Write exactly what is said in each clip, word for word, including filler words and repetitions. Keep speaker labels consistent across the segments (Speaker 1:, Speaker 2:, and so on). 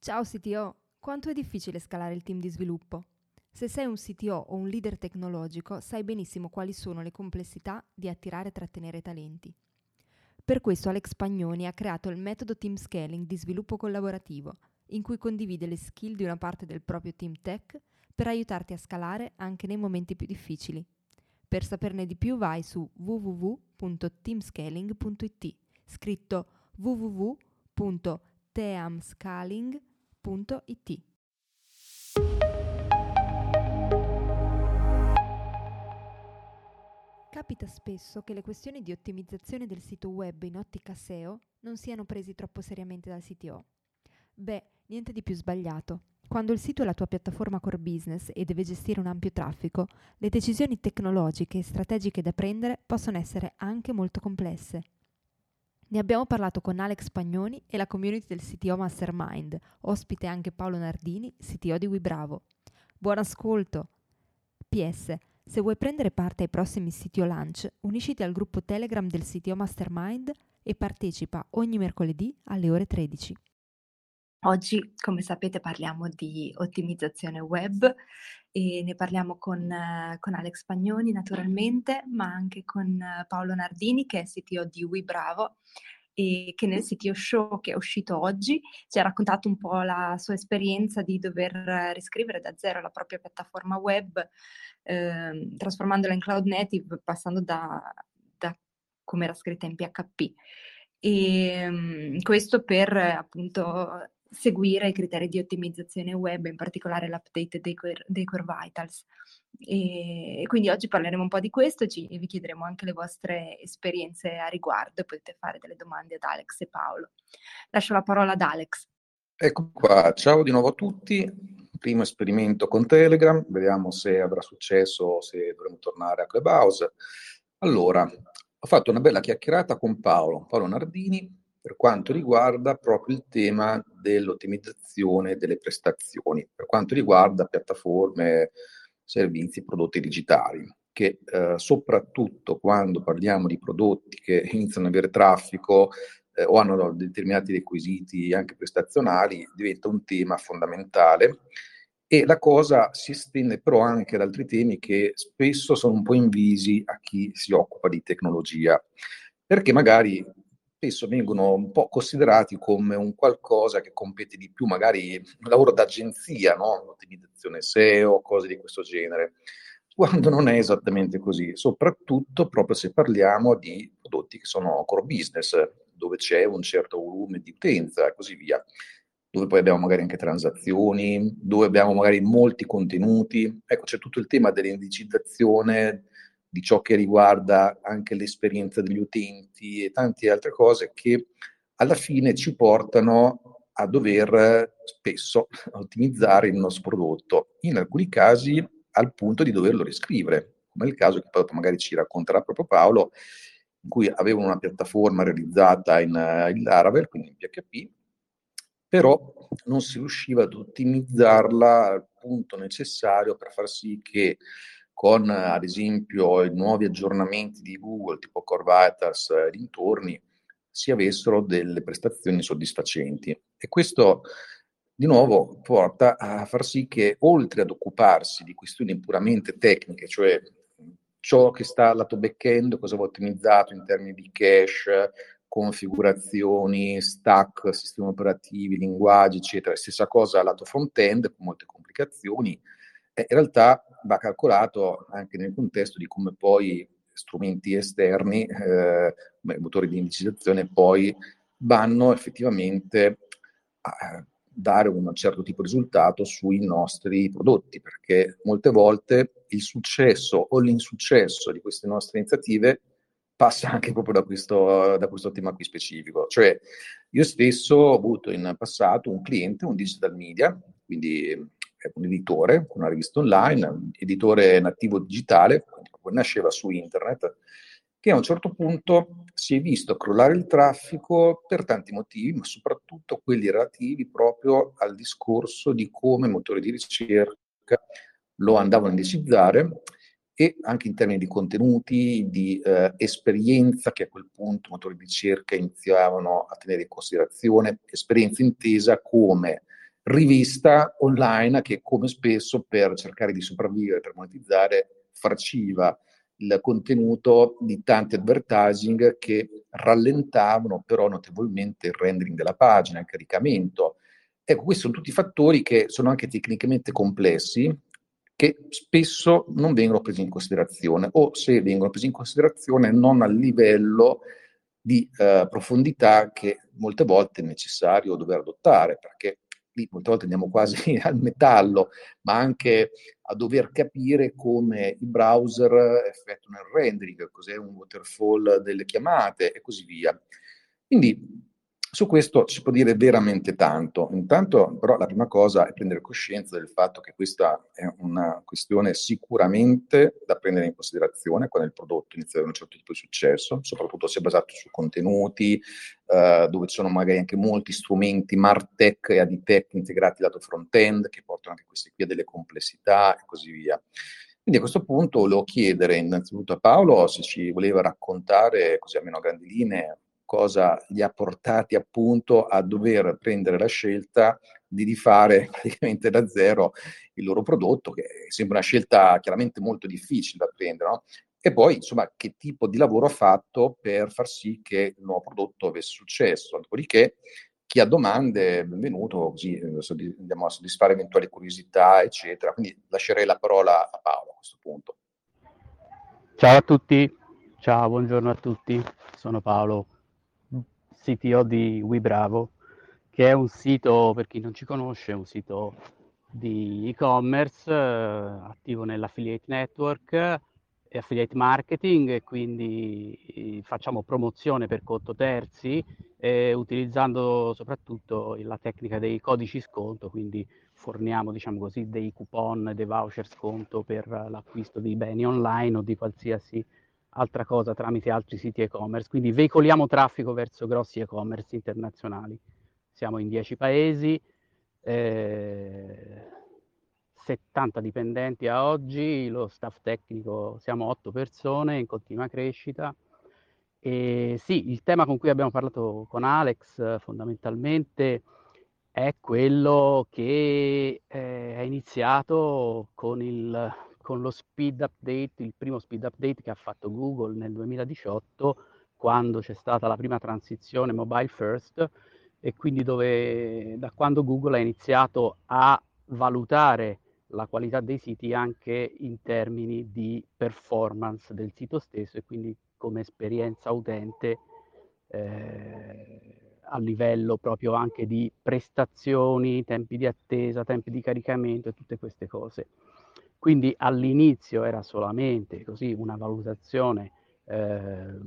Speaker 1: Ciao C T O, quanto è difficile scalare il team di sviluppo? Se sei un C T O o un leader tecnologico, sai benissimo quali sono le complessità di attirare e trattenere talenti. Per questo Alex Pagnoni ha creato il metodo Team Scaling di sviluppo collaborativo, in cui condivide le skill di una parte del proprio team tech per aiutarti a scalare anche nei momenti più difficili. Per saperne di più vai su w w w punto teamscaling punto i t, scritto w w w punto teamscaling punto i t. Capita spesso che le questioni di ottimizzazione del sito web in ottica S E O non siano presi troppo seriamente dal C T O. Beh, niente di più sbagliato. Quando il sito è la tua piattaforma core business e deve gestire un ampio traffico, le decisioni tecnologiche e strategiche da prendere possono essere anche molto complesse. Ne abbiamo parlato con Alex Pagnoni e la community del C T O Mastermind, ospite anche Paolo Nardini, C T O di WeBravo. Buon ascolto! P S. Se vuoi prendere parte ai prossimi C T O Lunch, unisciti al gruppo Telegram del C T O Mastermind e partecipa ogni mercoledì alle ore tredici.
Speaker 2: Oggi, come sapete, parliamo di ottimizzazione web e ne parliamo con, eh, con Alex Pagnoni naturalmente, ma anche con eh, Paolo Nardini, che è C T O di WeBravo e che nel C T O Show che è uscito oggi ci ha raccontato un po' la sua esperienza di dover eh, riscrivere da zero la propria piattaforma web, ehm, trasformandola in cloud native, passando da, da come era scritta in P H P. E um, questo per eh, appunto seguire i criteri di ottimizzazione web, in particolare l'update dei Core, dei Core Vitals. E, e quindi oggi parleremo un po' di questo e, ci, e vi chiederemo anche le vostre esperienze a riguardo e potete fare delle domande ad Alex e Paolo. Lascio la parola ad Alex.
Speaker 3: Ecco qua, ciao di nuovo a tutti. Primo esperimento con Telegram, vediamo se avrà successo o se dovremo tornare a Clubhouse. Allora, ho fatto una bella chiacchierata con Paolo, Paolo Nardini, per quanto riguarda proprio il tema dell'ottimizzazione delle prestazioni, per quanto riguarda piattaforme, servizi, prodotti digitali, che eh, soprattutto quando parliamo di prodotti che iniziano ad avere traffico, Eh, o hanno determinati requisiti anche prestazionali, diventa un tema fondamentale e la cosa si estende però anche ad altri temi che spesso sono un po' invisi a chi si occupa di tecnologia, perché magari spesso vengono un po' considerati come un qualcosa che compete di più, magari un lavoro d'agenzia, no? L'ottimizzazione S E O, cose di questo genere, quando non è esattamente così, soprattutto proprio se parliamo di prodotti che sono core business, dove c'è un certo volume di utenza e così via, dove poi abbiamo magari anche transazioni, dove abbiamo magari molti contenuti. Ecco, c'è tutto il tema dell'indicizzazione, di ciò che riguarda anche l'esperienza degli utenti e tante altre cose che alla fine ci portano a dover spesso ottimizzare il nostro prodotto, in alcuni casi al punto di doverlo riscrivere, come il caso che poi magari ci racconterà proprio Paolo, in cui avevano una piattaforma realizzata in, in Laravel, quindi in P H P, però non si riusciva ad ottimizzarla al punto necessario per far sì che con, ad esempio, i nuovi aggiornamenti di Google, tipo Core Vitals e dintorni, si avessero delle prestazioni soddisfacenti. E questo, di nuovo, porta a far sì che, oltre ad occuparsi di questioni puramente tecniche, cioè ciò che sta al lato back-end, cosa va ottimizzato in termini di cache, configurazioni, stack, sistemi operativi, linguaggi, eccetera. Stessa cosa al lato front-end, con molte complicazioni. E in realtà va calcolato anche nel contesto di come poi strumenti esterni, eh, come motori di indicizzazione, poi vanno effettivamente a dare un certo tipo di risultato sui nostri prodotti, perché molte volte il successo o l'insuccesso di queste nostre iniziative passa anche proprio da questo, da questo tema qui specifico. Cioè, io stesso ho avuto in passato un cliente, un digital media, quindi è un editore, una rivista online, un editore nativo digitale, quindi nasceva su internet, che a un certo punto si è visto crollare il traffico per tanti motivi, ma soprattutto quelli relativi proprio al discorso di come i motori di ricerca lo andavano a indicizzare e anche in termini di contenuti, di eh, esperienza che a quel punto i motori di ricerca iniziavano a tenere in considerazione, esperienza intesa come rivista online che, come spesso, per cercare di sopravvivere, per monetizzare, farciva il contenuto di tanti advertising che rallentavano però notevolmente il rendering della pagina, il caricamento. Ecco, questi sono tutti fattori che sono anche tecnicamente complessi, che spesso non vengono presi in considerazione, o se vengono presi in considerazione non al livello di eh, profondità che molte volte è necessario dover adottare, perché lì molte volte andiamo quasi al metallo, ma anche a dover capire come i browser effettuano il rendering, cos'è un waterfall delle chiamate e così via. Quindi su questo si può dire veramente tanto. Intanto, però, la prima cosa è prendere coscienza del fatto che questa è una questione sicuramente da prendere in considerazione quando il prodotto inizia ad avere un certo tipo di successo, soprattutto se è basato su contenuti, eh, dove ci sono magari anche molti strumenti MarTech e AdTech integrati lato front-end, che portano anche questi qui a delle complessità e così via. Quindi a questo punto volevo chiedere innanzitutto a Paolo se ci voleva raccontare, così almeno a grandi linee, cosa li ha portati appunto a dover prendere la scelta di rifare praticamente da zero il loro prodotto, che sembra una scelta chiaramente molto difficile da prendere, no? E poi, insomma, che tipo di lavoro ha fatto per far sì che il nuovo prodotto avesse successo. Dopodiché, chi ha domande, benvenuto, così eh, soddisf- andiamo a soddisfare eventuali curiosità, eccetera. Quindi lascerei la parola a Paolo a questo punto.
Speaker 4: Ciao a tutti, ciao, buongiorno a tutti, sono Paolo, C T O di WeBravo, che è un sito, per chi non ci conosce, un sito di e-commerce eh, attivo nell'affiliate network e affiliate marketing, e quindi eh, facciamo promozione per conto terzi eh, utilizzando soprattutto la tecnica dei codici sconto, quindi forniamo, diciamo così, dei coupon, dei voucher sconto per l'acquisto di beni online o di qualsiasi altra cosa tramite altri siti e-commerce, quindi veicoliamo traffico verso grossi e-commerce internazionali. Siamo in dieci paesi, eh, settanta dipendenti a oggi, lo staff tecnico siamo otto persone in continua crescita. E sì, il tema con cui abbiamo parlato con Alex fondamentalmente è quello che eh, è iniziato con, il, con lo speed update, il primo speed update che ha fatto Google nel duemiladiciotto, quando c'è stata la prima transizione mobile first, e quindi dove da quando Google ha iniziato a valutare la qualità dei siti anche in termini di performance del sito stesso e quindi come esperienza utente eh, a livello proprio anche di prestazioni, tempi di attesa, tempi di caricamento e tutte queste cose. Quindi all'inizio era solamente così una valutazione eh,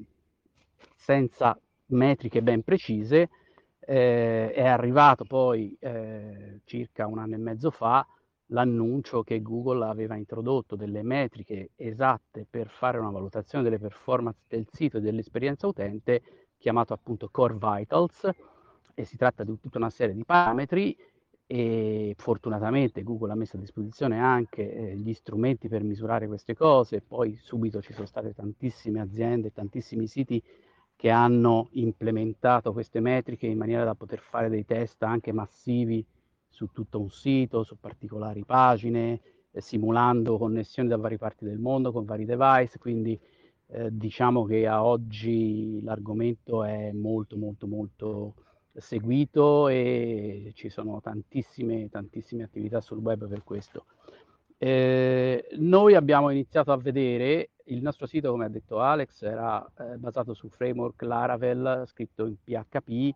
Speaker 4: senza metriche ben precise, eh, è arrivato poi eh, circa un anno e mezzo fa l'annuncio che Google aveva introdotto delle metriche esatte per fare una valutazione delle performance del sito e dell'esperienza utente, chiamato appunto Core Vitals, e si tratta di tutta una serie di parametri, e fortunatamente Google ha messo a disposizione anche eh, gli strumenti per misurare queste cose. Poi subito ci sono state tantissime aziende, tantissimi siti che hanno implementato queste metriche in maniera da poter fare dei test anche massivi su tutto un sito, su particolari pagine, eh, simulando connessioni da varie parti del mondo con vari device. Quindi eh, diciamo che a oggi l'argomento è molto molto molto seguito e ci sono tantissime tantissime attività sul web per questo. Eh, noi abbiamo iniziato a vedere, il nostro sito, come ha detto Alex, era eh, basato su framework Laravel scritto in P H P,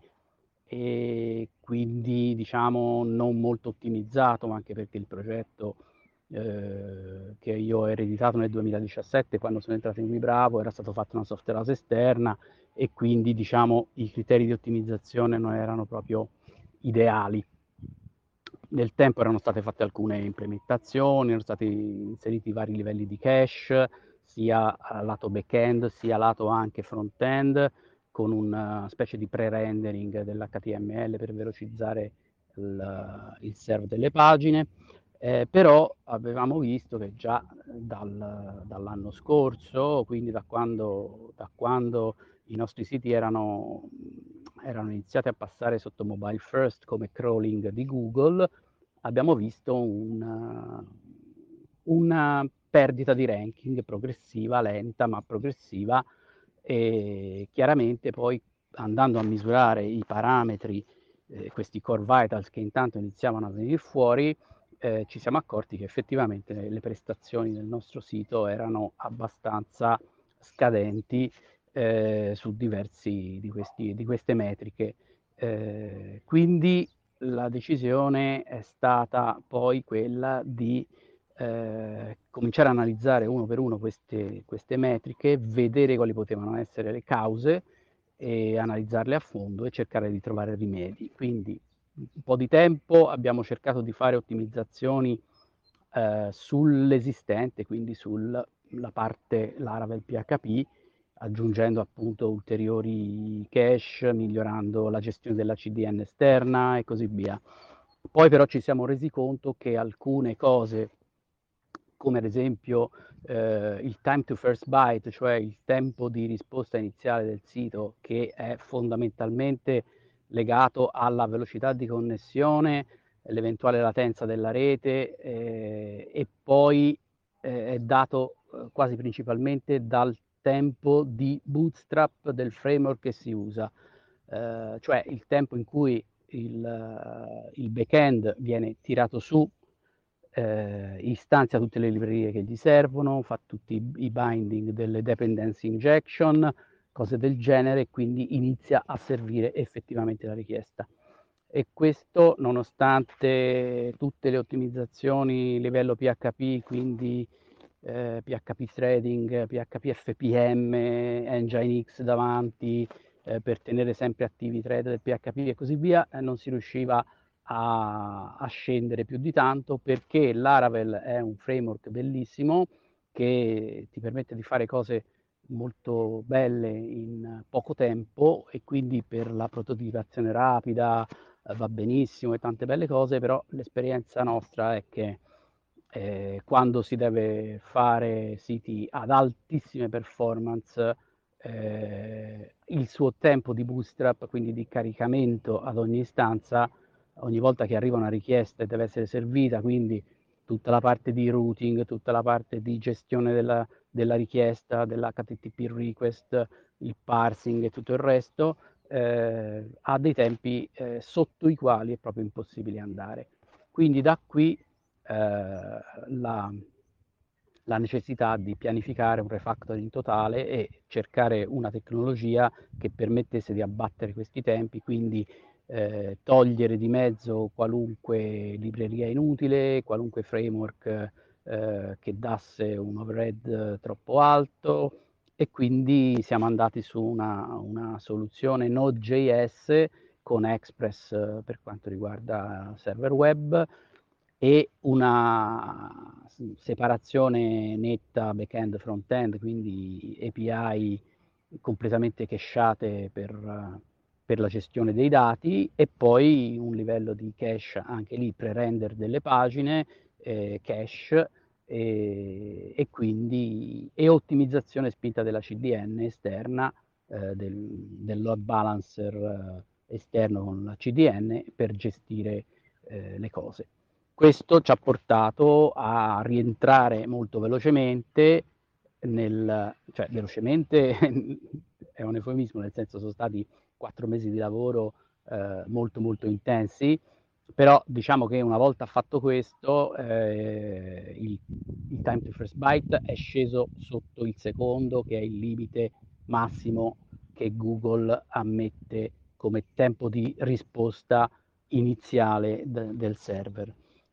Speaker 4: e quindi diciamo non molto ottimizzato, ma anche perché il progetto eh, che io ho ereditato nel duemiladiciassette, quando sono entrato in WeBravo, era stato fatto una software house esterna, e quindi diciamo i criteri di ottimizzazione non erano proprio ideali. Nel tempo erano state fatte alcune implementazioni, erano stati inseriti vari livelli di cache, sia lato back-end sia lato anche front-end, con una specie di pre-rendering dell'H T M L per velocizzare il, il serve delle pagine. Eh, però avevamo visto che già dal, dall'anno scorso, quindi da quando, da quando i nostri siti erano, erano iniziate a passare sotto mobile first come crawling di Google, abbiamo visto una, una perdita di ranking progressiva, lenta ma progressiva, e chiaramente poi andando a misurare i parametri, eh, questi core vitals che intanto iniziavano a venire fuori, eh, ci siamo accorti che effettivamente le prestazioni del nostro sito erano abbastanza scadenti eh, su diversi di, questi, di queste metriche. Eh, quindi la decisione è stata poi quella di eh, cominciare a analizzare uno per uno queste, queste metriche, vedere quali potevano essere le cause e analizzarle a fondo e cercare di trovare rimedi. Quindi un po' di tempo abbiamo cercato di fare ottimizzazioni eh, sull'esistente, quindi sulla parte Laravel P H P, aggiungendo appunto ulteriori cache, migliorando la gestione della C D N esterna e così via. Poi però ci siamo resi conto che alcune cose, come ad esempio eh, il time to first byte, cioè il tempo di risposta iniziale del sito, che è fondamentalmente legato alla velocità di connessione, l'eventuale latenza della rete eh, e poi eh, è dato eh, quasi principalmente dal tempo di bootstrap del framework che si usa, eh, cioè il tempo in cui il, il backend viene tirato su, eh, istanzia tutte le librerie che gli servono, fa tutti i binding delle dependency injection, cose del genere, e quindi inizia a servire effettivamente la richiesta. E questo nonostante tutte le ottimizzazioni livello P H P, quindi eh, P H P threading, P H P F P M, Nginx davanti, eh, per tenere sempre attivi i thread del P H P e così via, eh, non si riusciva a, a scendere più di tanto, perché Laravel è un framework bellissimo che ti permette di fare cose molto belle in poco tempo, e quindi per la prototipazione rapida eh, va benissimo e tante belle cose, però l'esperienza nostra è che eh, quando si deve fare siti ad altissime performance, eh, il suo tempo di bootstrap, quindi di caricamento ad ogni istanza, ogni volta che arriva una richiesta e deve essere servita, quindi tutta la parte di routing, tutta la parte di gestione della, della richiesta, dell'H T T P request, il parsing e tutto il resto, eh, ha dei tempi eh, sotto i quali è proprio impossibile andare. Quindi da qui eh, la, la necessità di pianificare un refactoring totale e cercare una tecnologia che permettesse di abbattere questi tempi, quindi eh, togliere di mezzo qualunque libreria inutile, qualunque framework eh, che dasse un overhead troppo alto, e quindi siamo andati su una, una soluzione Node.js con Express eh, per quanto riguarda server web, e una separazione netta back-end front-end, quindi A P I completamente cachate per, per la gestione dei dati, e poi un livello di cache anche lì, pre-render delle pagine, eh, cache, e, e quindi e ottimizzazione spinta della C D N esterna, eh, del, del load balancer eh, esterno con la C D N per gestire eh, le cose. Questo ci ha portato a rientrare molto velocemente nel, cioè velocemente è un eufemismo, nel senso sono stati quattro mesi di lavoro eh, molto molto intensi, però diciamo che una volta fatto questo eh, il, il time to first byte è sceso sotto il secondo, che è il limite massimo che Google ammette come tempo di risposta iniziale de, del server.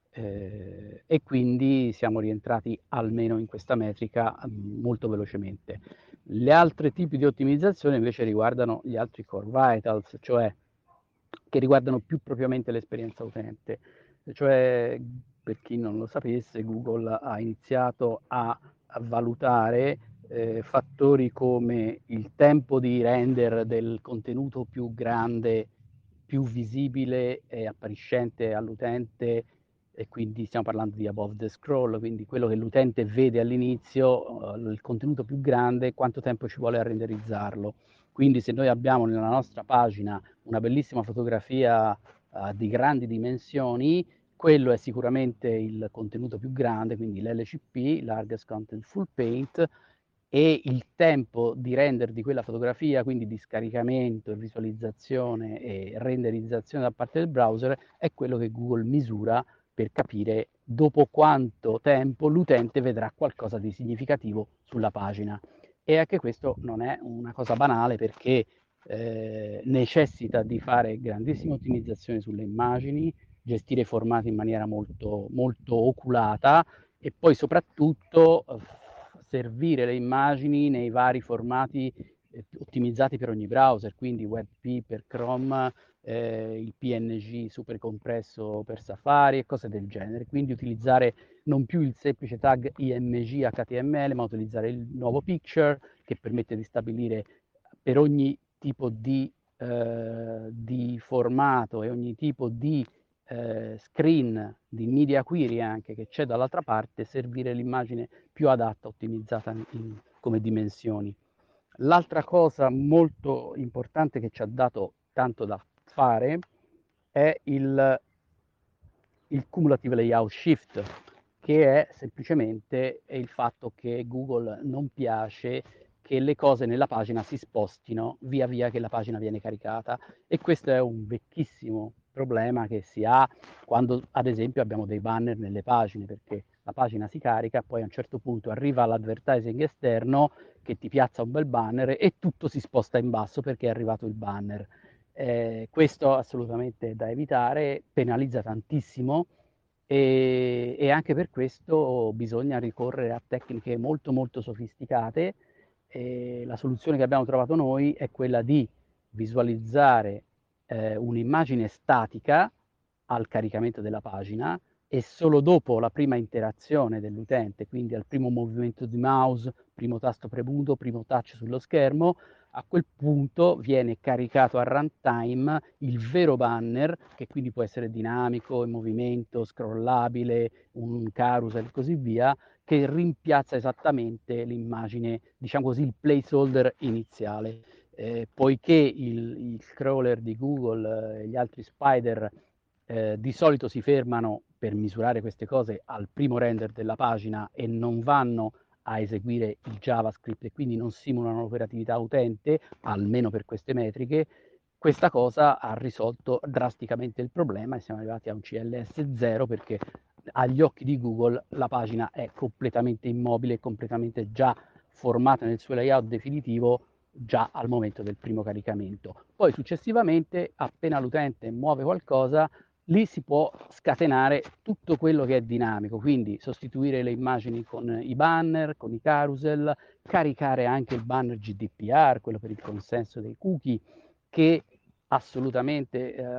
Speaker 4: Eh, e quindi siamo rientrati almeno in questa metrica molto velocemente. Le altre tipi di ottimizzazione invece riguardano gli altri core vitals, cioè che riguardano più propriamente l'esperienza utente. Cioè, per chi non lo sapesse, Google ha iniziato a, a valutare eh, fattori come il tempo di render del contenuto più grande, più visibile e appariscente all'utente, e quindi stiamo parlando di above the scroll, quindi quello che l'utente vede all'inizio, uh, il contenuto più grande, quanto tempo ci vuole a renderizzarlo. Quindi se noi abbiamo nella nostra pagina una bellissima fotografia uh, di grandi dimensioni, quello è sicuramente il contenuto più grande, quindi l'L C P, Largest Content Full Paint, e il tempo di render di quella fotografia, quindi di scaricamento, visualizzazione e renderizzazione da parte del browser, è quello che Google misura per capire dopo quanto tempo l'utente vedrà qualcosa di significativo sulla pagina. E anche questo non è una cosa banale, perché eh, necessita di fare grandissime ottimizzazioni sulle immagini, gestire i formati in maniera molto, molto oculata e poi soprattutto eh, servire le immagini nei vari formati eh, ottimizzati per ogni browser, quindi WebP per Chrome, eh, il P N G super compresso per Safari e cose del genere. Quindi utilizzare non più il semplice tag I M G H T M L, ma utilizzare il nuovo picture, che permette di stabilire per ogni tipo di, eh, di formato e ogni tipo di eh, screen, di media query anche che c'è dall'altra parte, servire l'immagine più adatta, ottimizzata in, in, come dimensioni. L'altra cosa molto importante che ci ha dato tanto da fare è il, il cumulative layout shift, che è semplicemente il fatto che Google non piace che le cose nella pagina si spostino via via che la pagina viene caricata, e questo è un vecchissimo problema che si ha quando ad esempio abbiamo dei banner nelle pagine, perché la pagina si carica, poi a un certo punto arriva l'advertising esterno che ti piazza un bel banner e tutto si sposta in basso perché è arrivato il banner. Eh, questo assolutamente da evitare, penalizza tantissimo, e, e anche per questo bisogna ricorrere a tecniche molto molto sofisticate. E la soluzione che abbiamo trovato noi è quella di visualizzare eh, un'immagine statica al caricamento della pagina, e solo dopo la prima interazione dell'utente, quindi al primo movimento di mouse, primo tasto premuto, primo touch sullo schermo, a quel punto viene caricato a runtime il vero banner, che quindi può essere dinamico, in movimento, scrollabile, un carousel e così via, che rimpiazza esattamente l'immagine, diciamo così, il placeholder iniziale. Eh, poiché il, il crawler di Google e gli altri spider eh, di solito si fermano per misurare queste cose al primo render della pagina e non vanno a eseguire il JavaScript, e quindi non simulano l'operatività utente, almeno per queste metriche, questa cosa ha risolto drasticamente il problema e siamo arrivati a un C L S zero, perché agli occhi di Google la pagina è completamente immobile, completamente già formata nel suo layout definitivo già al momento del primo caricamento. Poi successivamente, appena l'utente muove qualcosa, lì si può scatenare tutto quello che è dinamico, quindi sostituire le immagini con i banner, con i carousel, caricare anche il banner G D P R, quello per il consenso dei cookie, che assolutamente, eh,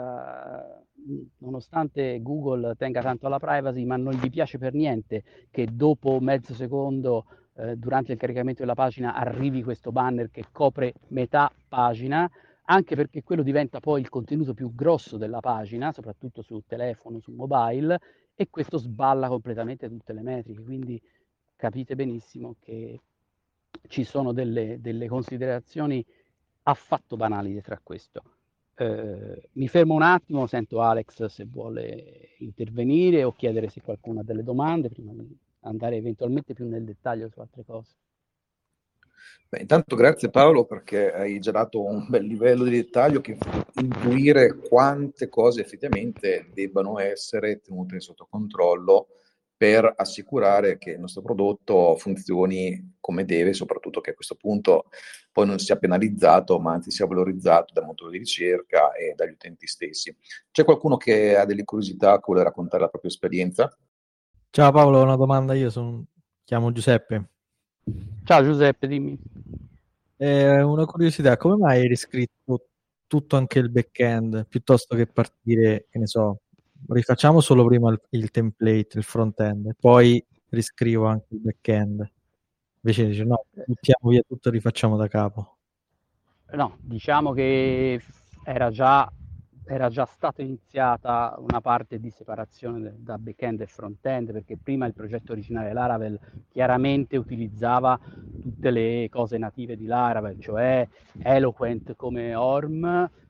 Speaker 4: nonostante Google tenga tanto alla privacy, ma non gli piace per niente che dopo mezzo secondo eh, durante il caricamento della pagina arrivi questo banner che copre metà pagina, anche perché quello diventa poi il contenuto più grosso della pagina, soprattutto su telefono, su mobile, e questo sballa completamente tutte le metriche. Quindi capite benissimo che ci sono delle, delle considerazioni affatto banali dietro a questo. Eh, mi fermo un attimo, sento Alex se vuole intervenire o chiedere se qualcuno ha delle domande prima di andare eventualmente più nel dettaglio su altre cose.
Speaker 3: Beh, intanto grazie Paolo, perché hai già dato un bel livello di dettaglio che fa intuire quante cose effettivamente debbano essere tenute sotto controllo per assicurare che il nostro prodotto funzioni come deve, soprattutto che a questo punto poi non sia penalizzato, ma anzi sia valorizzato dal motore di ricerca e dagli utenti stessi. C'è qualcuno che ha delle curiosità, che vuole raccontare la propria esperienza?
Speaker 5: Ciao Paolo, ho una domanda, io sono... chiamo Giuseppe.
Speaker 4: Ciao Giuseppe, dimmi.
Speaker 5: Eh, una curiosità, come mai hai riscritto tutto, anche il back-end, piuttosto che partire, che ne so, rifacciamo solo prima il, il template, il front-end, e poi riscrivo anche il back-end. Invece dice no, buttiamo via tutto e rifacciamo da capo.
Speaker 4: No, diciamo che era già, era già stata iniziata una parte di separazione da back-end e front-end, perché prima il progetto originale Laravel chiaramente utilizzava tutte le cose native di Laravel, cioè Eloquent come O R M,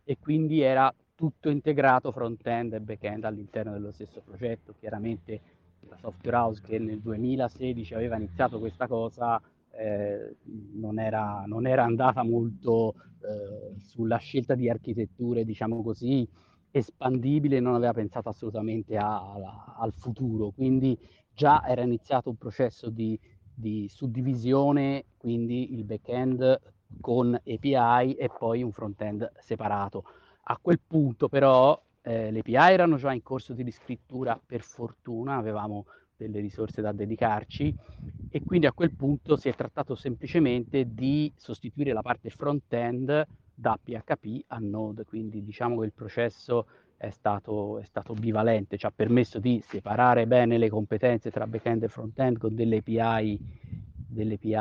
Speaker 4: e quindi era tutto integrato front-end e back-end all'interno dello stesso progetto. Chiaramente la software house che nel duemilasedici aveva iniziato questa cosa eh, non, era, non era andata molto eh, sulla scelta di architetture, diciamo così, espandibile, non aveva pensato assolutamente a, a, al futuro, quindi già era iniziato un processo di, di suddivisione, quindi il back-end con A P I e poi un front-end separato. A quel punto però eh, le A P I erano già in corso di riscrittura, per fortuna avevamo delle risorse da dedicarci e quindi a quel punto si è trattato semplicemente di sostituire la parte front-end da P H P a Node, quindi diciamo che il processo è stato, è stato bivalente, ci ha permesso di separare bene le competenze tra back-end e front-end con delle A P I, delle A P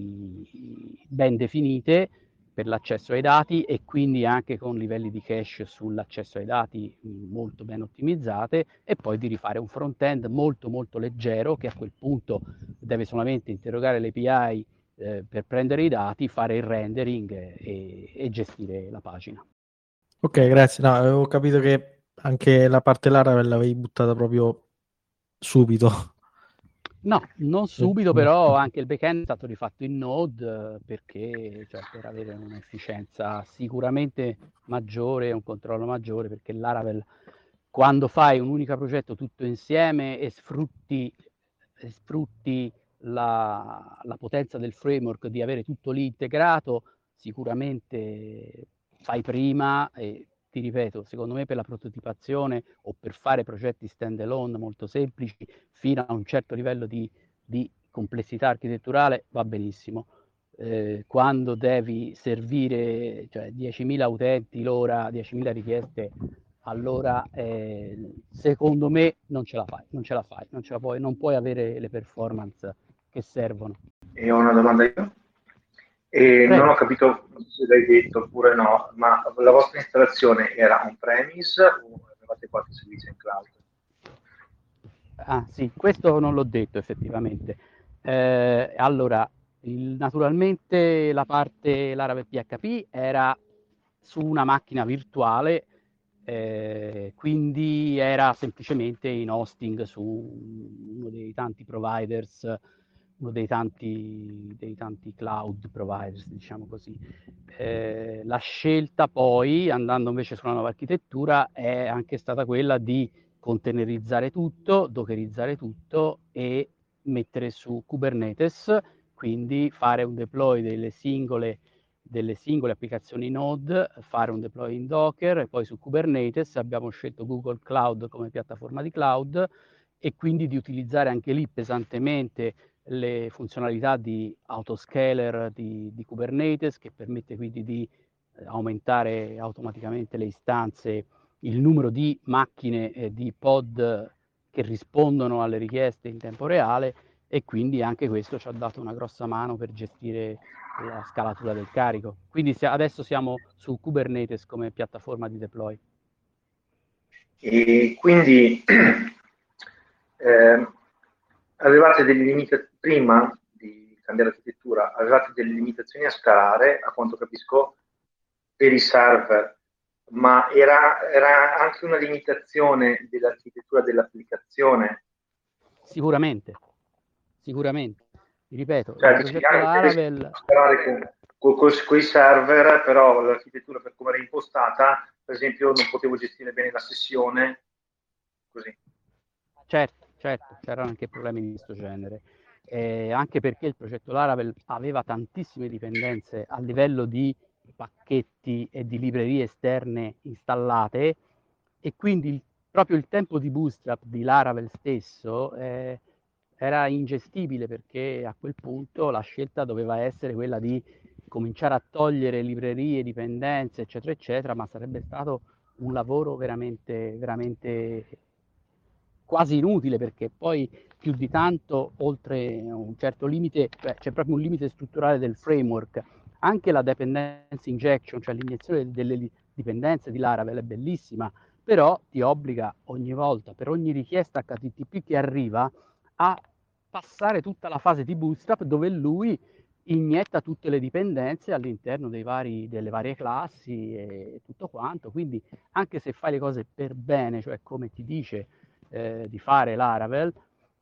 Speaker 4: I ben definite per l'accesso ai dati e quindi anche con livelli di cache sull'accesso ai dati molto ben ottimizzate, e poi di rifare un front-end molto molto leggero che a quel punto deve solamente interrogare le A P I eh, per prendere i dati, fare il rendering e, e gestire la pagina.
Speaker 5: Ok, grazie. No, avevo capito che anche la parte Laravel l'avevi buttata proprio subito.
Speaker 4: No, non subito, però anche il backend è stato rifatto in Node perché, cioè, per avere un'efficienza sicuramente maggiore e un controllo maggiore, perché Laravel, quando fai un unico progetto tutto insieme e sfrutti, e sfrutti la, la potenza del framework di avere tutto lì integrato, sicuramente fai prima e ti ripeto, secondo me per la prototipazione o per fare progetti stand alone molto semplici fino a un certo livello di, di complessità architetturale va benissimo. Eh, quando devi servire cioè, diecimila utenti l'ora, diecimila richieste, allora eh, secondo me non ce la fai, non ce la fai, non ce la puoi, non puoi avere le performance che servono.
Speaker 6: E ho una domanda io. E
Speaker 4: Prego.
Speaker 6: non ho capito se l'hai detto oppure no, ma la vostra installazione era on-premise o avevate qualche servizio in cloud?
Speaker 4: Ah sì, questo non l'ho detto effettivamente. Eh, allora, il, naturalmente la parte Laravel P H P era su una macchina virtuale, eh, quindi era semplicemente in hosting su uno dei tanti providers, uno dei tanti, dei tanti cloud providers, diciamo così. Eh, la scelta poi, andando invece su una nuova architettura, è anche stata quella di containerizzare tutto, dockerizzare tutto e mettere su Kubernetes, quindi fare un deploy delle singole, delle singole applicazioni Node, fare un deploy in Docker e poi su Kubernetes abbiamo scelto Google Cloud come piattaforma di cloud e quindi di utilizzare anche lì pesantemente le funzionalità di autoscaler di, di Kubernetes, che permette quindi di eh, aumentare automaticamente le istanze, il numero di macchine e di pod che rispondono alle richieste in tempo reale, e quindi anche questo ci ha dato una grossa mano per gestire la scalatura del carico. Quindi se adesso siamo su Kubernetes come piattaforma di deploy.
Speaker 6: E quindi eh, avevate delle limitazioni prima di cambiare architettura, avevate delle limitazioni a scalare, a quanto capisco, per i server, ma era, era anche una limitazione dell'architettura dell'applicazione?
Speaker 4: Sicuramente, sicuramente. Vi ripeto,
Speaker 6: Cioè,
Speaker 4: il
Speaker 6: dici,
Speaker 4: progetto
Speaker 6: ah,
Speaker 4: Laravel...
Speaker 6: scalare con, con, con i server, però l'architettura per come era impostata, per esempio, non potevo gestire bene la sessione, così.
Speaker 4: Certo, certo, c'erano anche problemi di questo genere, eh, anche perché il progetto Laravel aveva tantissime dipendenze a livello di pacchetti e di librerie esterne installate, e quindi il, proprio il tempo di bootstrap di Laravel stesso eh, era ingestibile, perché a quel punto la scelta doveva essere quella di cominciare a togliere librerie, dipendenze, eccetera, eccetera, ma sarebbe stato un lavoro veramente, veramente quasi inutile, perché poi più di tanto, oltre un certo limite, cioè c'è proprio un limite strutturale del framework. Anche la dependency injection, cioè l'iniezione delle dipendenze di Laravel è bellissima, però ti obbliga ogni volta, per ogni richiesta H T T P che arriva, a passare tutta la fase di bootstrap, dove lui inietta tutte le dipendenze all'interno dei vari, delle varie classi e tutto quanto. Quindi anche se fai le cose per bene, cioè come ti dice eh, di fare Laravel,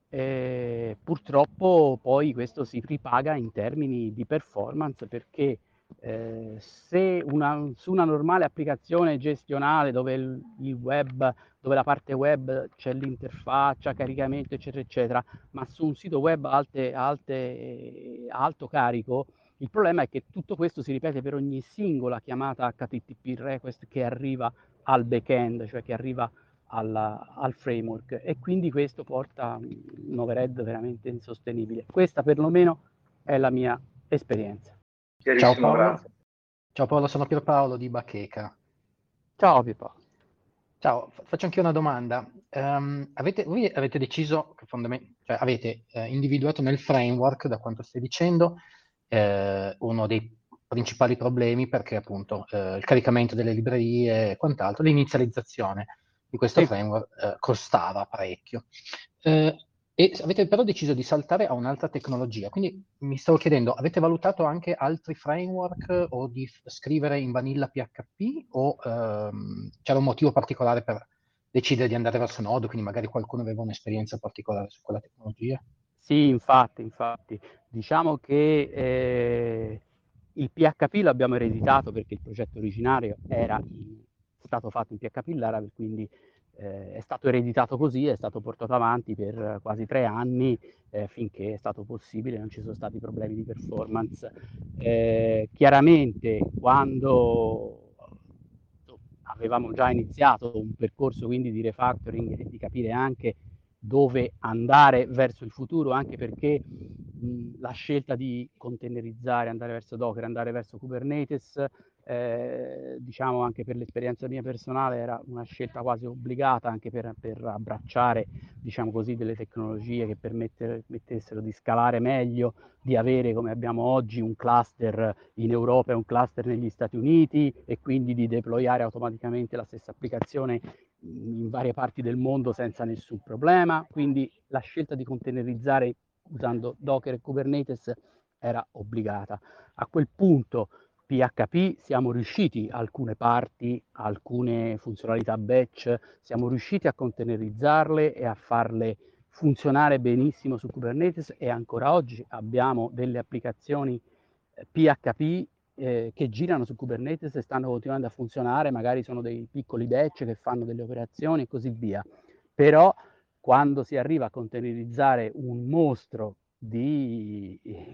Speaker 4: eh, purtroppo poi questo si ripaga in termini di performance, perché eh, se una, su una normale applicazione gestionale dove il, il web, dove la parte web c'è l'interfaccia, caricamento eccetera eccetera, ma su un sito web a alte, alte, alto carico, il problema è che tutto questo si ripete per ogni singola chiamata H T T P request che arriva al backend, cioè che arriva alla, al framework, e quindi questo porta un overhead veramente insostenibile. Questa perlomeno è la mia esperienza.
Speaker 7: Ciao Paolo.
Speaker 6: Grazie.
Speaker 7: Ciao Paolo, sono Pierpaolo di Bacheca.
Speaker 4: Ciao Pierpaolo.
Speaker 7: Ciao, faccio anche una domanda. Um, avete, voi avete deciso, che fondament- cioè avete eh, individuato nel framework, da quanto stai dicendo, eh, uno dei principali problemi, perché appunto eh, il caricamento delle librerie e quant'altro, l'inizializzazione di questo
Speaker 4: Sì.
Speaker 7: framework eh, costava parecchio. Eh, e avete però deciso di saltare a un'altra tecnologia. Quindi mi stavo chiedendo, avete valutato anche altri framework o di f- scrivere in vanilla P H P o ehm, c'era un motivo particolare per decidere di andare verso Node, quindi magari qualcuno aveva un'esperienza particolare su quella tecnologia?
Speaker 4: Sì, infatti, infatti. Diciamo che eh, il P H P l'abbiamo ereditato perché il progetto originario era in- stato fatto in P H P Laravel, quindi eh, è stato ereditato così, è stato portato avanti per quasi tre anni eh, finché è stato possibile, non ci sono stati problemi di performance. Eh, chiaramente quando avevamo già iniziato un percorso quindi di refactoring e di capire anche dove andare verso il futuro, anche perché mh, la scelta di containerizzare, andare verso Docker, andare verso Kubernetes, eh, diciamo anche per l'esperienza mia personale era una scelta quasi obbligata, anche per, per abbracciare, diciamo così, delle tecnologie che permettessero di scalare meglio, di avere come abbiamo oggi un cluster in Europa e un cluster negli Stati Uniti, e quindi di deployare automaticamente la stessa applicazione in varie parti del mondo senza nessun problema. Quindi la scelta di containerizzare usando Docker e Kubernetes era obbligata. A quel punto P H P siamo riusciti, alcune parti, alcune funzionalità batch, siamo riusciti a containerizzarle e a farle funzionare benissimo su Kubernetes, e ancora oggi abbiamo delle applicazioni P H P eh, che girano su Kubernetes e stanno continuando a funzionare, magari sono dei piccoli batch che fanno delle operazioni e così via. Però quando si arriva a containerizzare un mostro di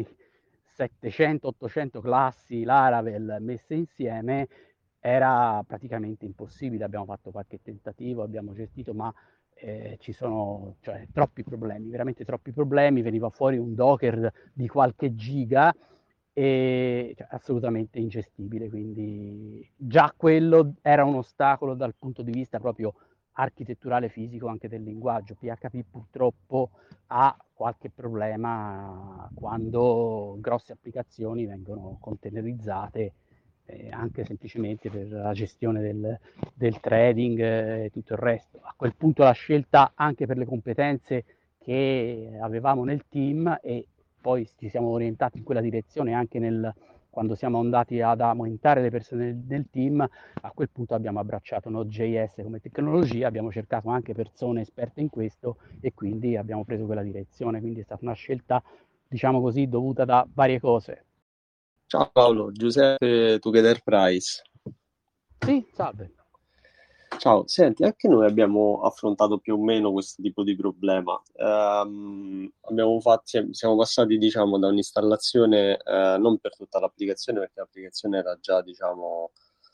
Speaker 4: settecento ottocento classi Laravel messe insieme era praticamente impossibile. Abbiamo fatto qualche tentativo, abbiamo gestito, ma eh, ci sono cioè, troppi problemi, veramente troppi problemi. Veniva fuori un Docker di qualche giga e cioè, assolutamente ingestibile, quindi già quello era un ostacolo dal punto di vista proprio architetturale fisico anche del linguaggio. P H P purtroppo ha qualche problema quando grosse applicazioni vengono containerizzate, eh, anche semplicemente per la gestione del, del trading e tutto il resto. A quel punto la scelta, anche per le competenze che avevamo nel team, e poi ci siamo orientati in quella direzione anche nel, quando siamo andati ad aumentare le persone del, del team, a quel punto abbiamo abbracciato Node.js come tecnologia, abbiamo cercato anche persone esperte in questo e quindi abbiamo preso quella direzione. Quindi è stata una scelta, diciamo così, dovuta da varie cose.
Speaker 8: Ciao Paolo, Giuseppe Together Price.
Speaker 4: Sì, salve.
Speaker 8: Ciao, senti, anche noi abbiamo affrontato più o meno questo tipo di problema. Um, abbiamo fatto, siamo passati, diciamo, da un'installazione uh, non per tutta l'applicazione, perché l'applicazione era già, diciamo,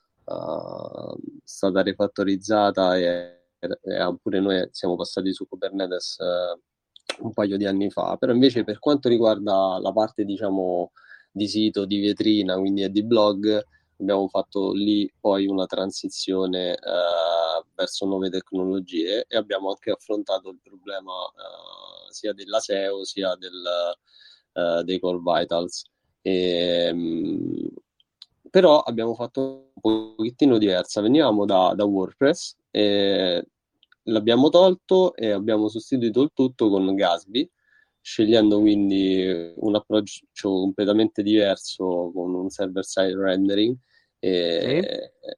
Speaker 8: uh, stata rifattorizzata e, e pure noi siamo passati su Kubernetes uh, un paio di anni fa. Però invece per quanto riguarda la parte, diciamo, di sito, di vetrina, quindi di blog, abbiamo fatto lì poi una transizione eh, verso nuove tecnologie e abbiamo anche affrontato il problema eh, sia della S E O sia del, eh, dei Core Vitals. E, mh, però abbiamo fatto un pochettino diversa. Venivamo da, da WordPress e l'abbiamo tolto e abbiamo sostituito il tutto con Gatsby, scegliendo quindi un approccio completamente diverso con un server-side rendering. E,
Speaker 4: Sì.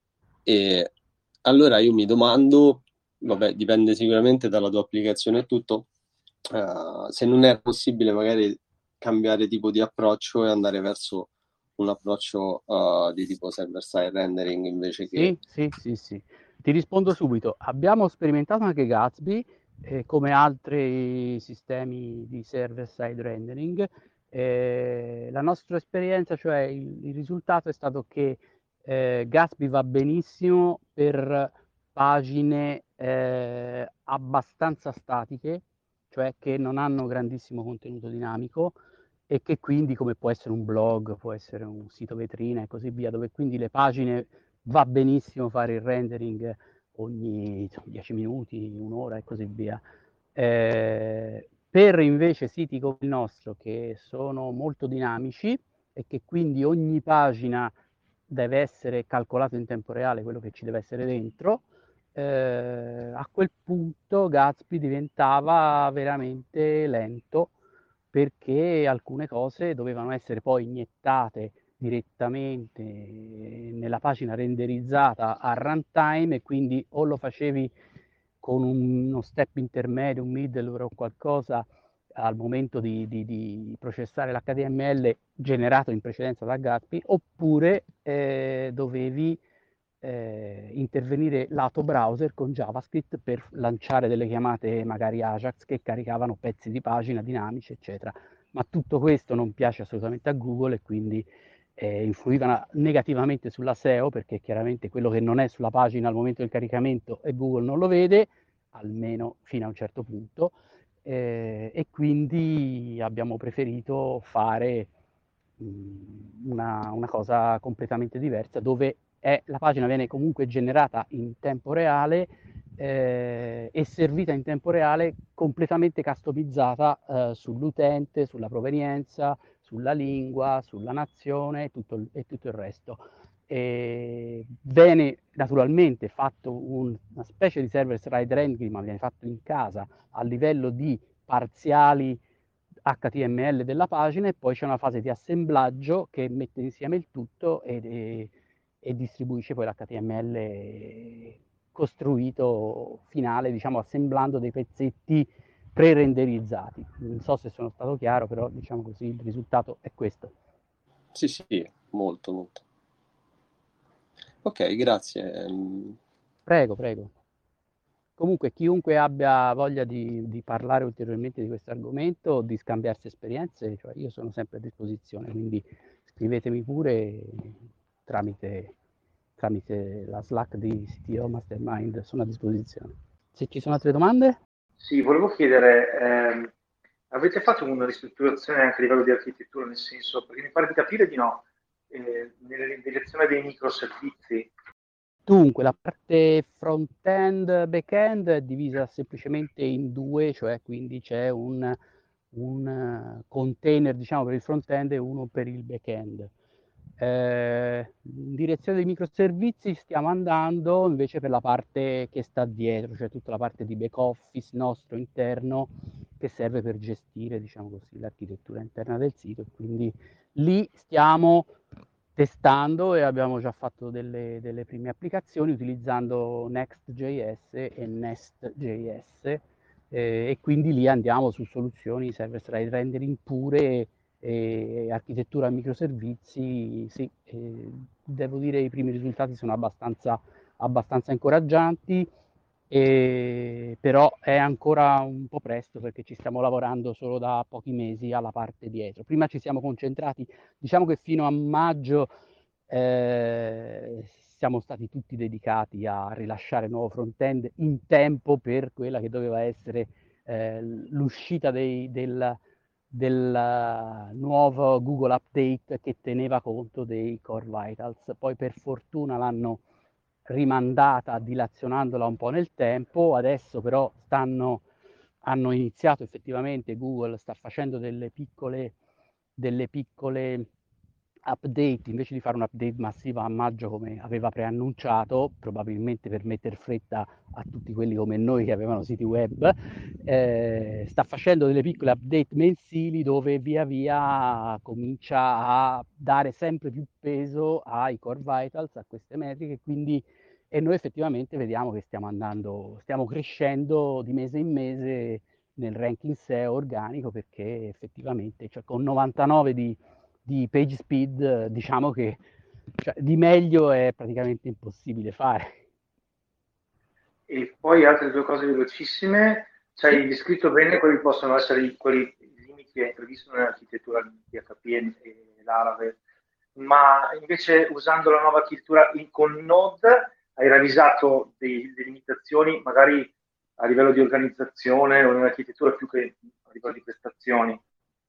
Speaker 8: e allora io mi domando, vabbè, dipende sicuramente dalla tua applicazione e tutto, uh, se non è possibile magari cambiare tipo di approccio e andare verso un approccio uh, di tipo server-side rendering invece che...
Speaker 4: Sì, sì, sì, sì. Ti rispondo subito. Abbiamo sperimentato anche Gatsby, eh, come altri sistemi di server-side rendering. Eh, la nostra esperienza, cioè il, il risultato è stato che eh, Gatsby va benissimo per pagine eh, abbastanza statiche, cioè che non hanno grandissimo contenuto dinamico e che quindi, come può essere un blog, può essere un sito vetrina e così via, dove quindi le pagine va benissimo fare il rendering ogni dieci minuti, un'ora e così via. Eh, per invece siti come il nostro, che sono molto dinamici e che quindi ogni pagina deve essere calcolato in tempo reale quello che ci deve essere dentro, eh, a quel punto Gatsby diventava veramente lento perché alcune cose dovevano essere poi iniettate direttamente nella pagina renderizzata a runtime e quindi o lo facevi con uno step intermedio, un middleware o qualcosa al momento di, di, di processare l'H T M L generato in precedenza da Gatsby, oppure eh, dovevi eh, intervenire lato browser con JavaScript per lanciare delle chiamate magari Ajax che caricavano pezzi di pagina dinamici, eccetera. Ma tutto questo non piace assolutamente a Google e quindi eh, influivano negativamente sulla S E O, perché chiaramente quello che non è sulla pagina al momento del caricamento e Google non lo vede, almeno fino a un certo punto, eh, e quindi abbiamo preferito fare mh, una, una cosa completamente diversa, dove è, la pagina viene comunque generata in tempo reale eh, e servita in tempo reale, completamente customizzata eh, sull'utente, sulla provenienza, sulla lingua, sulla nazione e tutto, e tutto il resto. E viene naturalmente fatto un, una specie di server-side rendering, ma viene fatto in casa a livello di parziali H T M L della pagina, e poi c'è una fase di assemblaggio che mette insieme il tutto e, e, e distribuisce poi l'H T M L costruito finale, diciamo assemblando dei pezzetti pre-renderizzati. Non so se sono stato chiaro, però diciamo così il risultato è questo.
Speaker 8: Sì, sì, molto, molto. Ok, grazie.
Speaker 4: Prego, prego. Comunque, chiunque abbia voglia di, di parlare ulteriormente di questo argomento o di scambiarsi esperienze, cioè io sono sempre a disposizione, quindi scrivetemi pure tramite, tramite la Slack di C T O Mastermind, sono a disposizione. Se ci sono altre domande?
Speaker 6: Sì, volevo chiedere, ehm, avete fatto una ristrutturazione anche a livello di architettura, nel senso, perché mi pare di capire di no, eh, nella direzione dei microservizi.
Speaker 4: Dunque, la parte front-end, back-end è divisa semplicemente in due, cioè quindi c'è un, un container, diciamo, per il front-end e uno per il back-end. Eh, in direzione dei microservizi stiamo andando invece per la parte che sta dietro, cioè tutta la parte di back-office nostro interno che serve per gestire, diciamo così, l'architettura interna del sito, e quindi lì stiamo testando e abbiamo già fatto delle, delle prime applicazioni utilizzando Next.js e Nest.js eh, e quindi lì andiamo su soluzioni server-side rendering pure e, e architettura a microservizi. Sì, eh, devo dire i primi risultati sono abbastanza, abbastanza incoraggianti. E, però è ancora un po' presto perché ci stiamo lavorando solo da pochi mesi alla parte dietro. Prima ci siamo concentrati, diciamo che fino a maggio eh, siamo stati tutti dedicati a rilasciare il nuovo front-end in tempo per quella che doveva essere eh, l'uscita dei, del, del nuovo Google Update che teneva conto dei Core Vitals. Poi per fortuna l'hanno rimandata dilazionandola un po' nel tempo, adesso però stanno, hanno iniziato effettivamente, Google sta facendo delle piccole, delle piccole update, invece di fare un update massivo a maggio come aveva preannunciato, probabilmente per metter fretta a tutti quelli come noi che avevano siti web, eh, sta facendo delle piccole update mensili dove via via comincia a dare sempre più peso ai core vitals, a queste metriche, quindi e noi effettivamente vediamo che stiamo andando, stiamo crescendo di mese in mese nel ranking S E O organico, perché effettivamente, cioè, con novantanove di di page speed, diciamo che cioè, di meglio è praticamente impossibile fare.
Speaker 6: E poi altre due cose velocissime, ci hai descritto bene quali possono essere i, quelli, i limiti che introducono nell'architettura di P H P e, e Laravel, ma invece usando la nuova architettura in, con Node hai ravvisato dei, delle limitazioni magari a livello di organizzazione o nell'architettura più che a livello di prestazioni?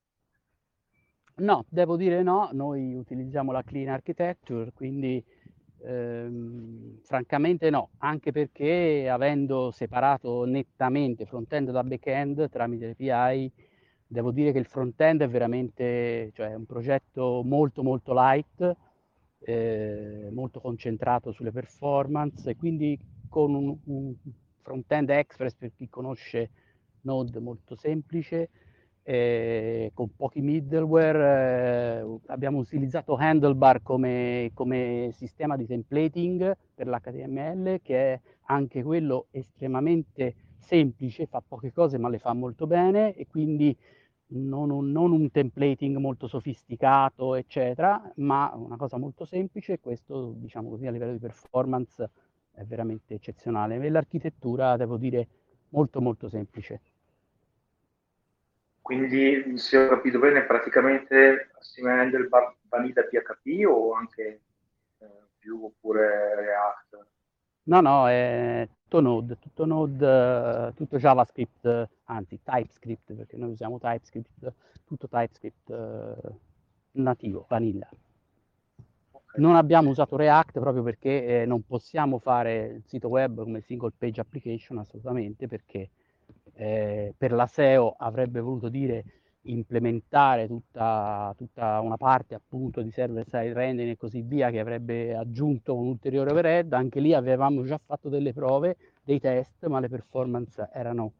Speaker 4: No, devo dire no, noi utilizziamo la clean architecture, quindi ehm, francamente no, anche perché avendo separato nettamente front-end da back-end tramite le A P I, devo dire che il front-end è veramente, cioè, un progetto molto molto light, eh, molto concentrato sulle performance, e quindi con un, un front-end express, per chi conosce Node, molto semplice, eh, con pochi middleware. Eh, abbiamo utilizzato Handlebar come, come sistema di templating per l'H T M L, che è anche quello estremamente semplice, fa poche cose ma le fa molto bene, e quindi non un, non un templating molto sofisticato, eccetera, ma una cosa molto semplice, e questo, diciamo così, a livello di performance è veramente eccezionale. E l'architettura, devo dire, molto molto semplice.
Speaker 6: Quindi, se ho capito bene, praticamente assieme a Handlebar Vanilla P H P o anche eh, più, oppure React?
Speaker 4: No, no, è tutto Node, tutto Node, tutto JavaScript, anzi TypeScript, perché noi usiamo TypeScript, tutto TypeScript eh, nativo, vanilla. Okay. Non abbiamo usato React proprio perché eh, non possiamo fare il sito web come single page application, assolutamente, perché eh, per la S E O avrebbe voluto dire implementare tutta, tutta una parte appunto di server side rendering e così via, che avrebbe aggiunto un ulteriore overhead. Anche lì avevamo già fatto delle prove, dei test, ma le performance erano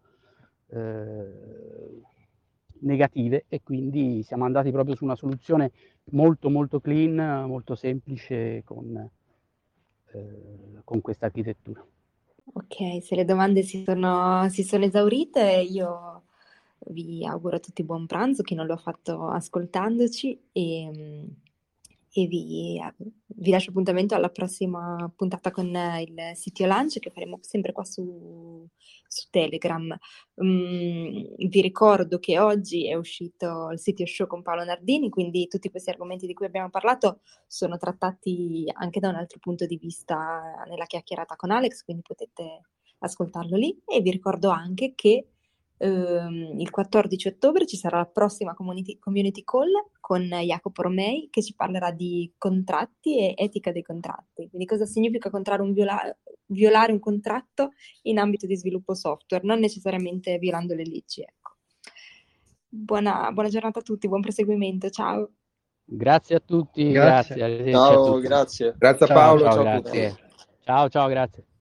Speaker 4: eh, negative, e quindi siamo andati proprio su una soluzione molto molto clean, molto semplice, con, eh, con questa architettura.
Speaker 2: Ok, se le domande si sono, si sono esaurite, io vi auguro a tutti buon pranzo, chi non lo ha fatto ascoltandoci, e, e vi, vi lascio appuntamento alla prossima puntata con il sito Lunch, che faremo sempre qua su, su Telegram. Um, vi ricordo che oggi è uscito il sito show con Paolo Nardini, quindi tutti questi argomenti di cui abbiamo parlato sono trattati anche da un altro punto di vista nella chiacchierata con Alex, quindi potete ascoltarlo lì. E vi ricordo anche che ehm, il quattordici ottobre ci sarà la prossima community, community call con Jacopo Romei, che ci parlerà di contratti e etica dei contratti, quindi cosa significa contrarre un viola- violare un contratto in ambito di sviluppo software, non necessariamente violando le leggi. Ecco. Buona, buona giornata a tutti, buon proseguimento, ciao.
Speaker 4: Grazie a tutti,
Speaker 7: Grazie.
Speaker 4: grazie.
Speaker 8: Ciao,
Speaker 4: a tutti.
Speaker 8: grazie.
Speaker 3: Grazie a
Speaker 7: Ciao,
Speaker 3: Paolo,
Speaker 4: Ciao,
Speaker 3: ciao a
Speaker 4: grazie.
Speaker 3: tutti.
Speaker 4: Ciao, ciao, grazie.